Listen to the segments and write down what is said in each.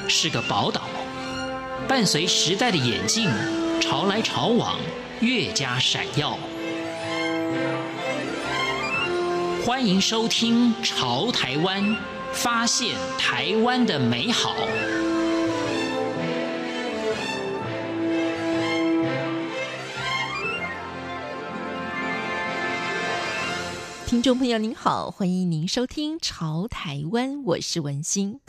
是个宝岛，伴随时代的演进，潮来潮往，越加闪耀。欢迎收听《潮台湾》，发现台湾的美好。 听众朋友您好，欢迎您收听《潮台湾》，我是文心。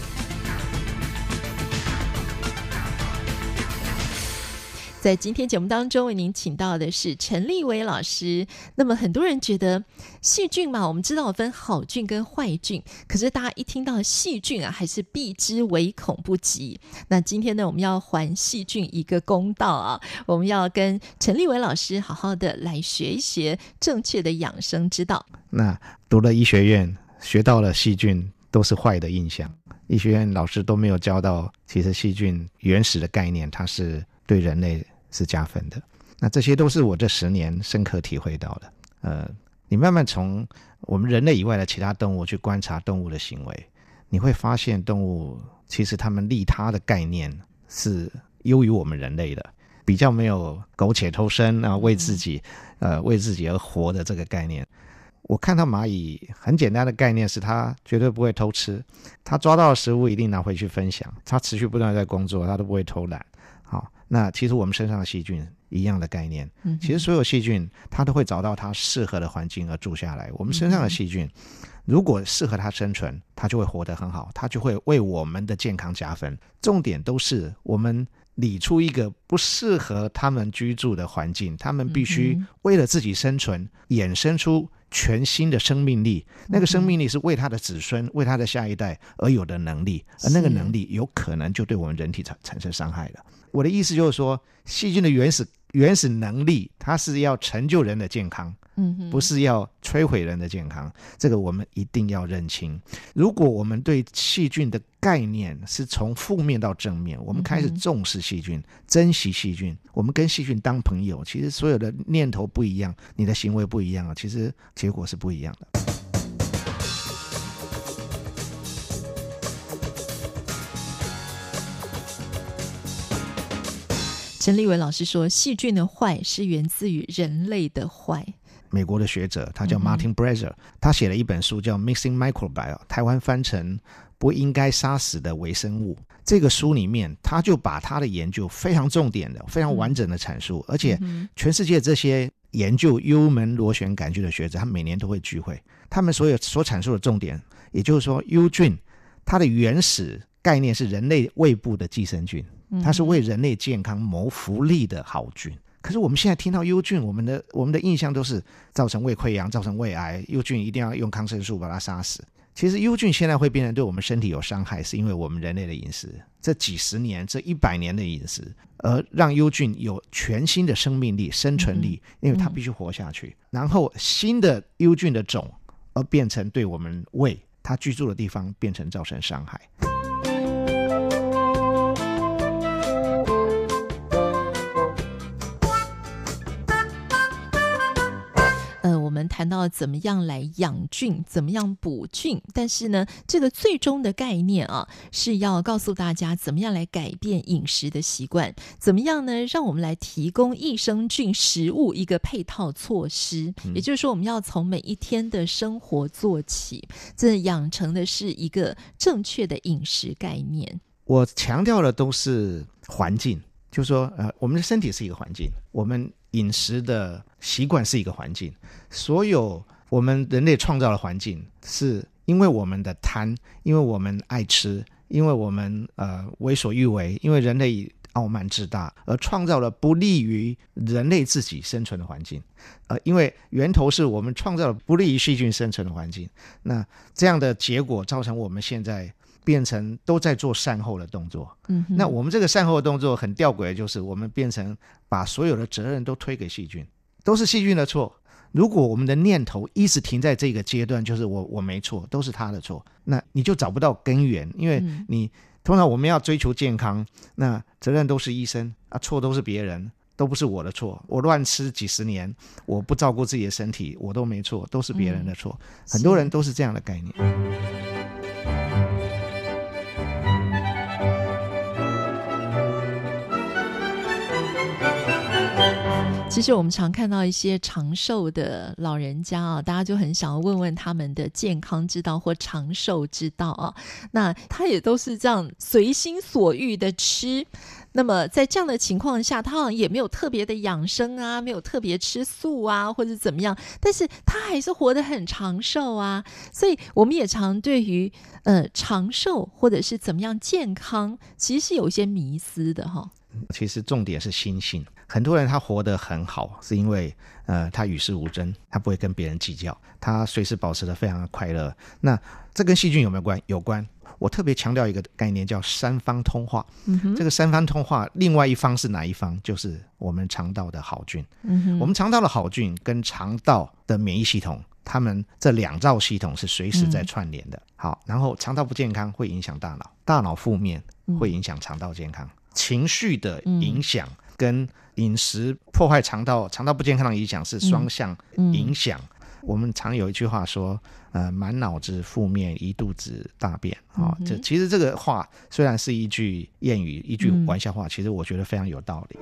在今天节目当中为您请到的是陈立维老师。那么很多人觉得细菌嘛，我们知道有分好菌跟坏菌，可是大家一听到细菌啊，还是避之唯恐不及。那今天呢，我们要还细菌一个公道啊，我们要跟陈立维老师好好的来学一学正确的养生之道。 那读了医学院，学到了细菌都是坏的印象，医学院老师都没有教到其实细菌原始的概念，它是对人类是加分的。那这些都是我这10年深刻体会到的。你慢慢从我们人类以外的其他动物去观察动物的行为，你会发现动物其实他们利他的概念是优于我们人类的，比较没有苟且偷生啊，为自己而活的这个概念。我看到蚂蚁很简单的概念是它绝对不会偷吃，它抓到的食物一定拿回去分享，它持续不断在工作，它都不会偷懒。好，那其实我们身上的细菌一样的概念，其实所有细菌它都会找到它适合的环境而住下来。我们身上的细菌如果适合它生存，它就会活得很好，它就会为我们的健康加分。重点都是我们理出一个不适合他们居住的环境，他们必须为了自己生存衍生出全新的生命力，那个生命力是为他的子孙为他的下一代而有的能力，而那个能力有可能就对我们人体产生伤害了。我的意思就是说，细菌的原始能力它是要成就人的健康，不是要摧毁人的健康，这个我们一定要认清。如果我们对细菌的概念是从负面到正面，我们开始重视细菌，珍惜细菌，我们跟细菌当朋友，其实所有的念头不一样，你的行为不一样，其实结果是不一样的。 陈立维老师说，细菌的坏是源自于人类的坏。 美国的学者他叫 Martin Brazil，他写了一本书叫 Missing Microbiome， 台湾翻成不应该杀死的微生物。这个书里面他就把他的研究非常重点的非常完整的阐述，而且全世界这些研究幽门螺旋杆菌的学者他们每年都会聚会，他们所阐述的重点，也就是说幽菌它的原始概念是人类胃部的寄生菌，它是为人类健康谋福利的好菌。可是我们现在听到幽菌，我们的印象都是造成胃溃疡，造成胃癌，幽菌一定要用抗生素把它杀死。其实幽菌现在会变成对我们身体有伤害，是因为我们人类的饮食，这几十年这100年的饮食，而让幽菌有全新的生命力生存力，因为它必须活下去，然后新的幽菌的种而变成对我们胃它居住的地方变成造成伤害。 我们谈到怎么样来养菌，怎么样补菌，但是呢，这个最终的概念啊，是要告诉大家怎么样来改变饮食的习惯，怎么样呢，让我们来提供益生菌食物一个配套措施。也就是说，我们要从每一天的生活做起，这养成的是一个正确的饮食概念。 我强调的都是环境，就是说我们的身体是一个环境，我们饮食的习惯是一个环境，所有我们人类创造的环境是因为我们的贪，因为我们爱吃，因为我们为所欲为，因为人类傲慢自大而创造了不利于人类自己生存的环境，因为源头是我们创造了不利于细菌生存的环境，那这样的结果造成我们现在变成都在做善后的动作。那我们这个善后的动作很吊诡的就是我们变成把所有的责任都推给细菌，都是细菌的错。如果我们的念头一直停在这个阶段，就是我没错，都是他的错，那你就找不到根源。因为你通常我们要追求健康，那责任都是医生啊，错都是别人，都不是我的错。我乱吃几十年，我不照顾自己的身体，我都没错，都是别人的错。很多人都是这样的概念。 其实我们常看到一些长寿的老人家啊，大家就很想要问问他们的健康之道或长寿之道啊。那他也都是这样随心所欲的吃，那么在这样的情况下，他好像也没有特别的养生啊，没有特别吃素啊，或者怎么样，但是他还是活得很长寿啊。所以我们也常对于长寿或者是怎么样健康，其实是有一些迷思的哈。 其实重点是心性，很多人他活得很好，是因为他与世无争，他不会跟别人计较，他随时保持得非常的快乐。那这跟细菌有没有关？有关。我特别强调一个概念叫三方通话。这个三方通话，另外一方是哪一方？就是我们肠道的好菌。我们肠道的好菌跟肠道的免疫系统，他们这两兆系统是随时在串联的。好，然后肠道不健康会影响大脑，大脑负面会影响肠道健康。情绪的影响跟饮食破坏肠道不健康的影响是双向影响。我们常有一句话说满脑子负面一肚子大便其实这个话虽然是一句谚语一句玩笑话，其实我觉得非常有道理。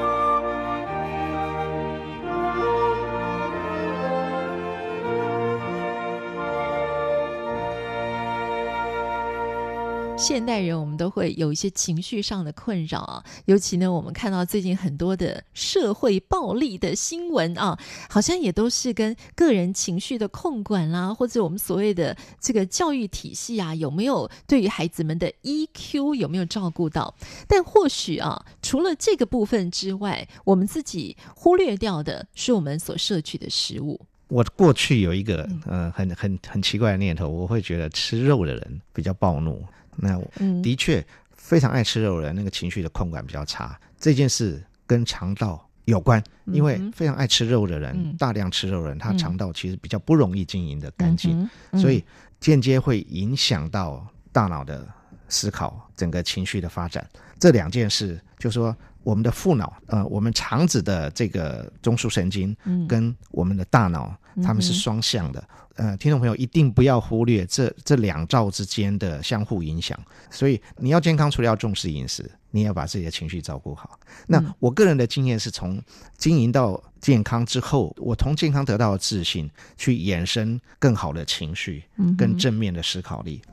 现代人我们都会有一些情绪上的困扰啊，尤其呢我们看到最近很多的社会暴力的新闻啊，好像也都是跟个人情绪的控管啦，或者我们所谓的这个教育体系啊，有没有对于孩子们的 EQ 有没有照顾到。但或许啊，除了这个部分之外，我们自己忽略掉的是我们所摄取的食物。 我过去有一个很奇怪的念头，我会觉得吃肉的人比较暴怒。那的确非常爱吃肉的人那个情绪的控管比较差，这件事跟肠道有关。因为非常爱吃肉的人大量吃肉的人，他肠道其实比较不容易经营的干净，所以间接会影响到大脑的思考，整个情绪的发展。这两件事就是说我们的副脑我们肠子的这个中枢神经跟我们的大脑它们是双向的。听众朋友一定不要忽略这两兆之间的相互影响。所以你要健康，除了要重视饮食，你也要把自己的情绪照顾好。那我个人的经验是从经营到健康之后，我从健康得到的自信去衍生更好的情绪跟正面的思考力。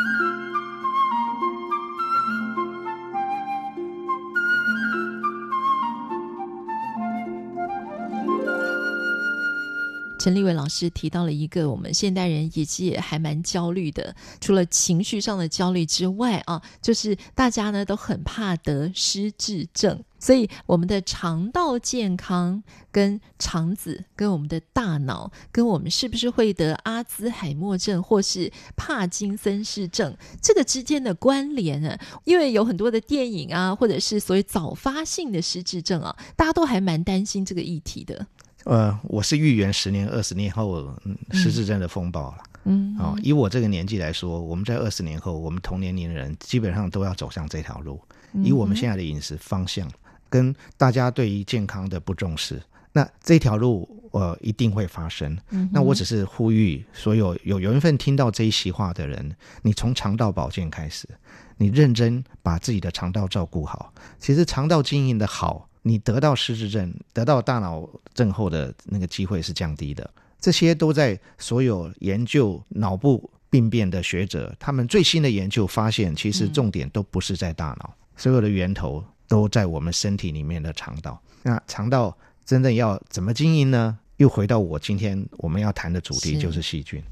陈立伟老师提到了一个我们现代人也还蛮焦虑的，除了情绪上的焦虑之外啊，就是大家呢都很怕得失智症。所以我们的肠道健康跟肠子跟我们的大脑跟我们是不是会得阿兹海默症或是帕金森氏症这个之间的关联呢？因为有很多的电影啊，或者是所谓早发性的失智症啊，大家都还蛮担心这个议题的。 我是预言10年20年后失智症的风暴了。以我这个年纪来说，我们在20年后，我们同年龄的人基本上都要走向这条路。以我们现在的饮食方向跟大家对于健康的不重视，那这条路一定会发生。那我只是呼吁所有有缘分听到这一席话的人，你从肠道保健开始，你认真把自己的肠道照顾好。其实肠道经营的好，你得到失智症得到大脑症候的那个机会是降低的。这些都在所有研究脑部病变的学者，他们最新的研究发现，其实重点都不是在大脑，所有的源头都在我们身体里面的肠道。那肠道真正要怎么经营呢？又回到今天我们要谈的主题，就是细菌。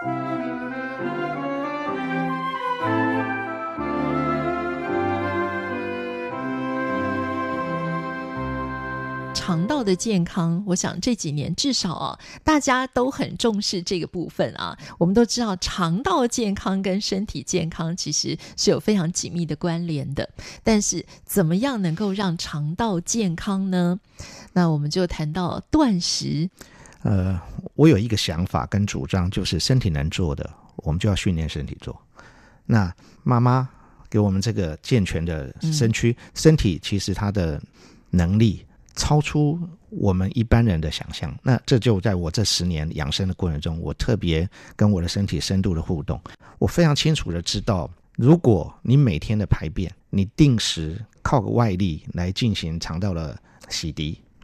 肠道的健康，我想这几年至少大家都很重视这个部分啊。我们都知道肠道健康跟身体健康其实是有非常紧密的关联的，但是怎么样能够让肠道健康呢？那我们就谈到断食。 我有一个想法跟主张，就是身体能做的我们就要训练身体做。那妈妈给我们这个健全的身体其实它的能力超出我们一般人的想象。那这就在我这10年养生的过程中，我特别跟我的身体深度的互动。我非常清楚的知道，如果你每天的排便，你定时靠个外力来进行肠道的洗涤，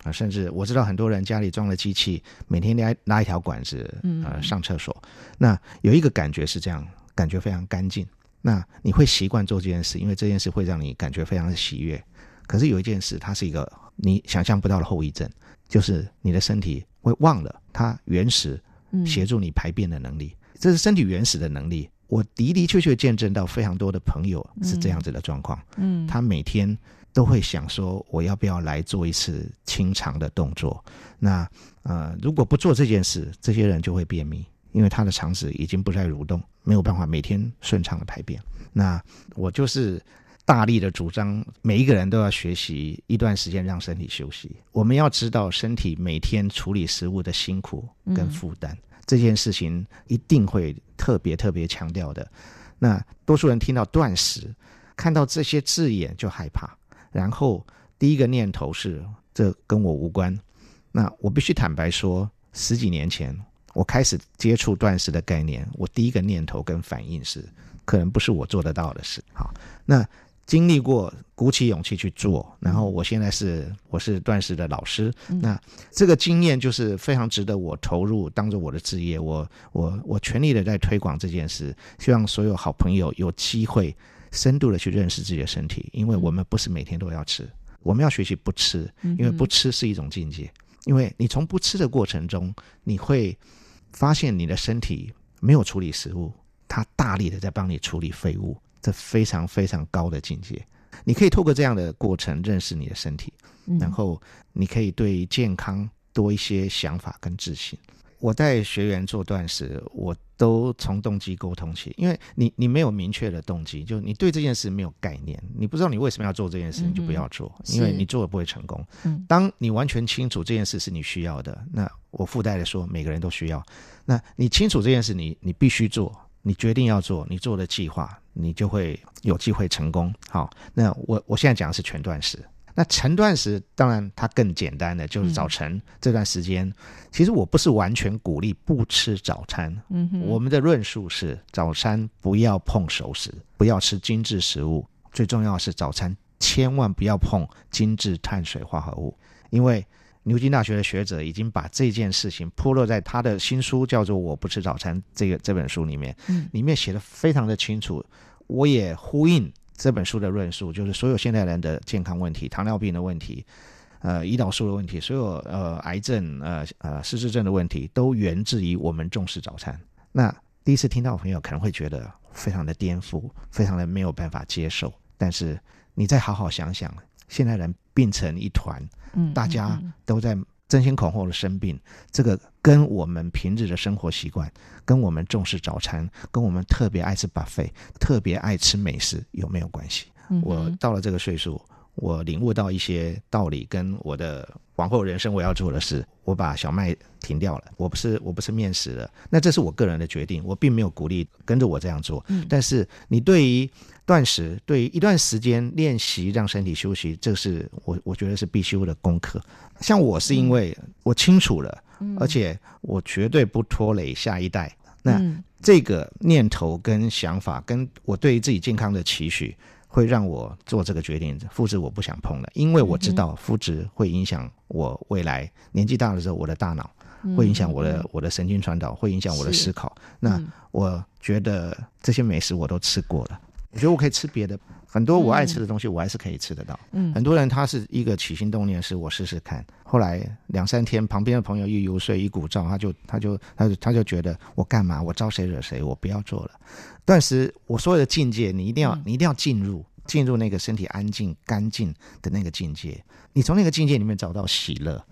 甚至我知道很多人家里装了机器，每天拉一条管子上厕所。那有一个感觉是这样，感觉非常干净。那你会习惯做这件事，因为这件事会让你感觉非常的喜悦。可是有一件事，它是一个你想象不到的后遗症，就是你的身体会忘了它原始协助你排便的能力。这是身体原始的能力。我的的确确见证到非常多的朋友是这样子的状况。他每天都会想说，我要不要来做一次清肠的动作？那如果不做这件事，这些人就会便秘，因为他的肠子已经不再蠕动，没有办法每天顺畅的排便。那我就是大力的主张，每一个人都要学习一段时间让身体休息。我们要知道身体每天处理食物的辛苦跟负担，这件事情一定会特别强调的。那多数人听到断食，看到这些字眼就害怕，然后第一个念头是这跟我无关。那我必须坦白说，10几年前我开始接触断食的概念，我第一个念头跟反应是可能不是我做得到的事。好，那经历过鼓起勇气去做，然后我现在我是断食的老师，那这个经验就是非常值得我投入，当做我的职业。我全力的在推广这件事，希望所有好朋友有机会深度的去认识自己的身体，因为我们不是每天都要吃，我们要学习不吃，因为不吃是一种境界。因为你从不吃的过程中，你会发现你的身体没有处理食物，它大力的在帮你处理废物，这非常高的境界。你可以透过这样的过程认识你的身体，然后你可以对健康多一些想法跟自信。我带学员做断食，我都从动机沟通起，因为你没有明确的动机，就你对这件事没有概念，你不知道你为什么要做这件事，你就不要做，因为你做了不会成功。当你完全清楚这件事是你需要的，那我附带的说每个人都需要，那你清楚这件事你必须做，你决定要做，你做的计划，你就会有机会成功。好，那我现在讲的是全断食。那晨断食当然它更简单的就是早晨这段时间，其实我不是完全鼓励不吃早餐。我们的论述是早餐不要碰熟食，不要吃精致食物，最重要的是早餐千万不要碰精致碳水化合物。因为牛津大学的学者已经把这件事情铺落在他的新书叫做《我不吃早餐》这本书里面，里面写得非常的清楚。我也呼应这本书的论述，就是所有现代人的健康问题，糖尿病的问题，胰岛素的问题，所有癌症失智症的问题，都源自于我们重视早餐。那第一次听到的朋友可能会觉得非常的颠覆，非常的没有办法接受，但是你再好好想想，现代人病成一团，大家都在争先恐后的生病，这个跟我们平日的生活习惯，跟我们重视早餐，跟我们特别爱吃 buffet， 特别爱吃美食有没有关系？我到了这个岁数，我领悟到一些道理，跟我的往后人生我要做的事，我把小麦停掉了，我不是面食了。那这是我个人的决定，我并没有鼓励跟着我这样做。但是你对于断食，对于一段时间练习让身体休息，这是我觉得是必修的功课。像我是因为我清楚了，而且我绝对不拖累下一代。那这个念头跟想法，跟我对于自己健康的期许，会让我做这个决定。麸质我不想碰了，因为我知道麸质会影响我未来年纪大的时候我的大脑，会影响我的神经传导，会影响我的思考。那我觉得这些美食我都吃过了，我觉得我可以吃别的，很多我爱吃的东西我还是可以吃得到。很多人他是一个起心动念是我试试看，后来2-3天旁边的朋友一游说一鼓噪，他就觉得我干嘛，我招谁惹谁，我不要做了。断食我所有的境界你一定要进入那个身体安静干净的那个境界，你从那个境界里面找到喜乐。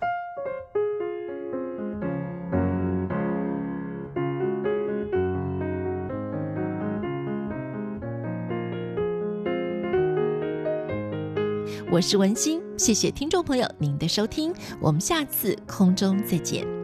我是文心，谢谢听众朋友您的收听，我们下次空中再见。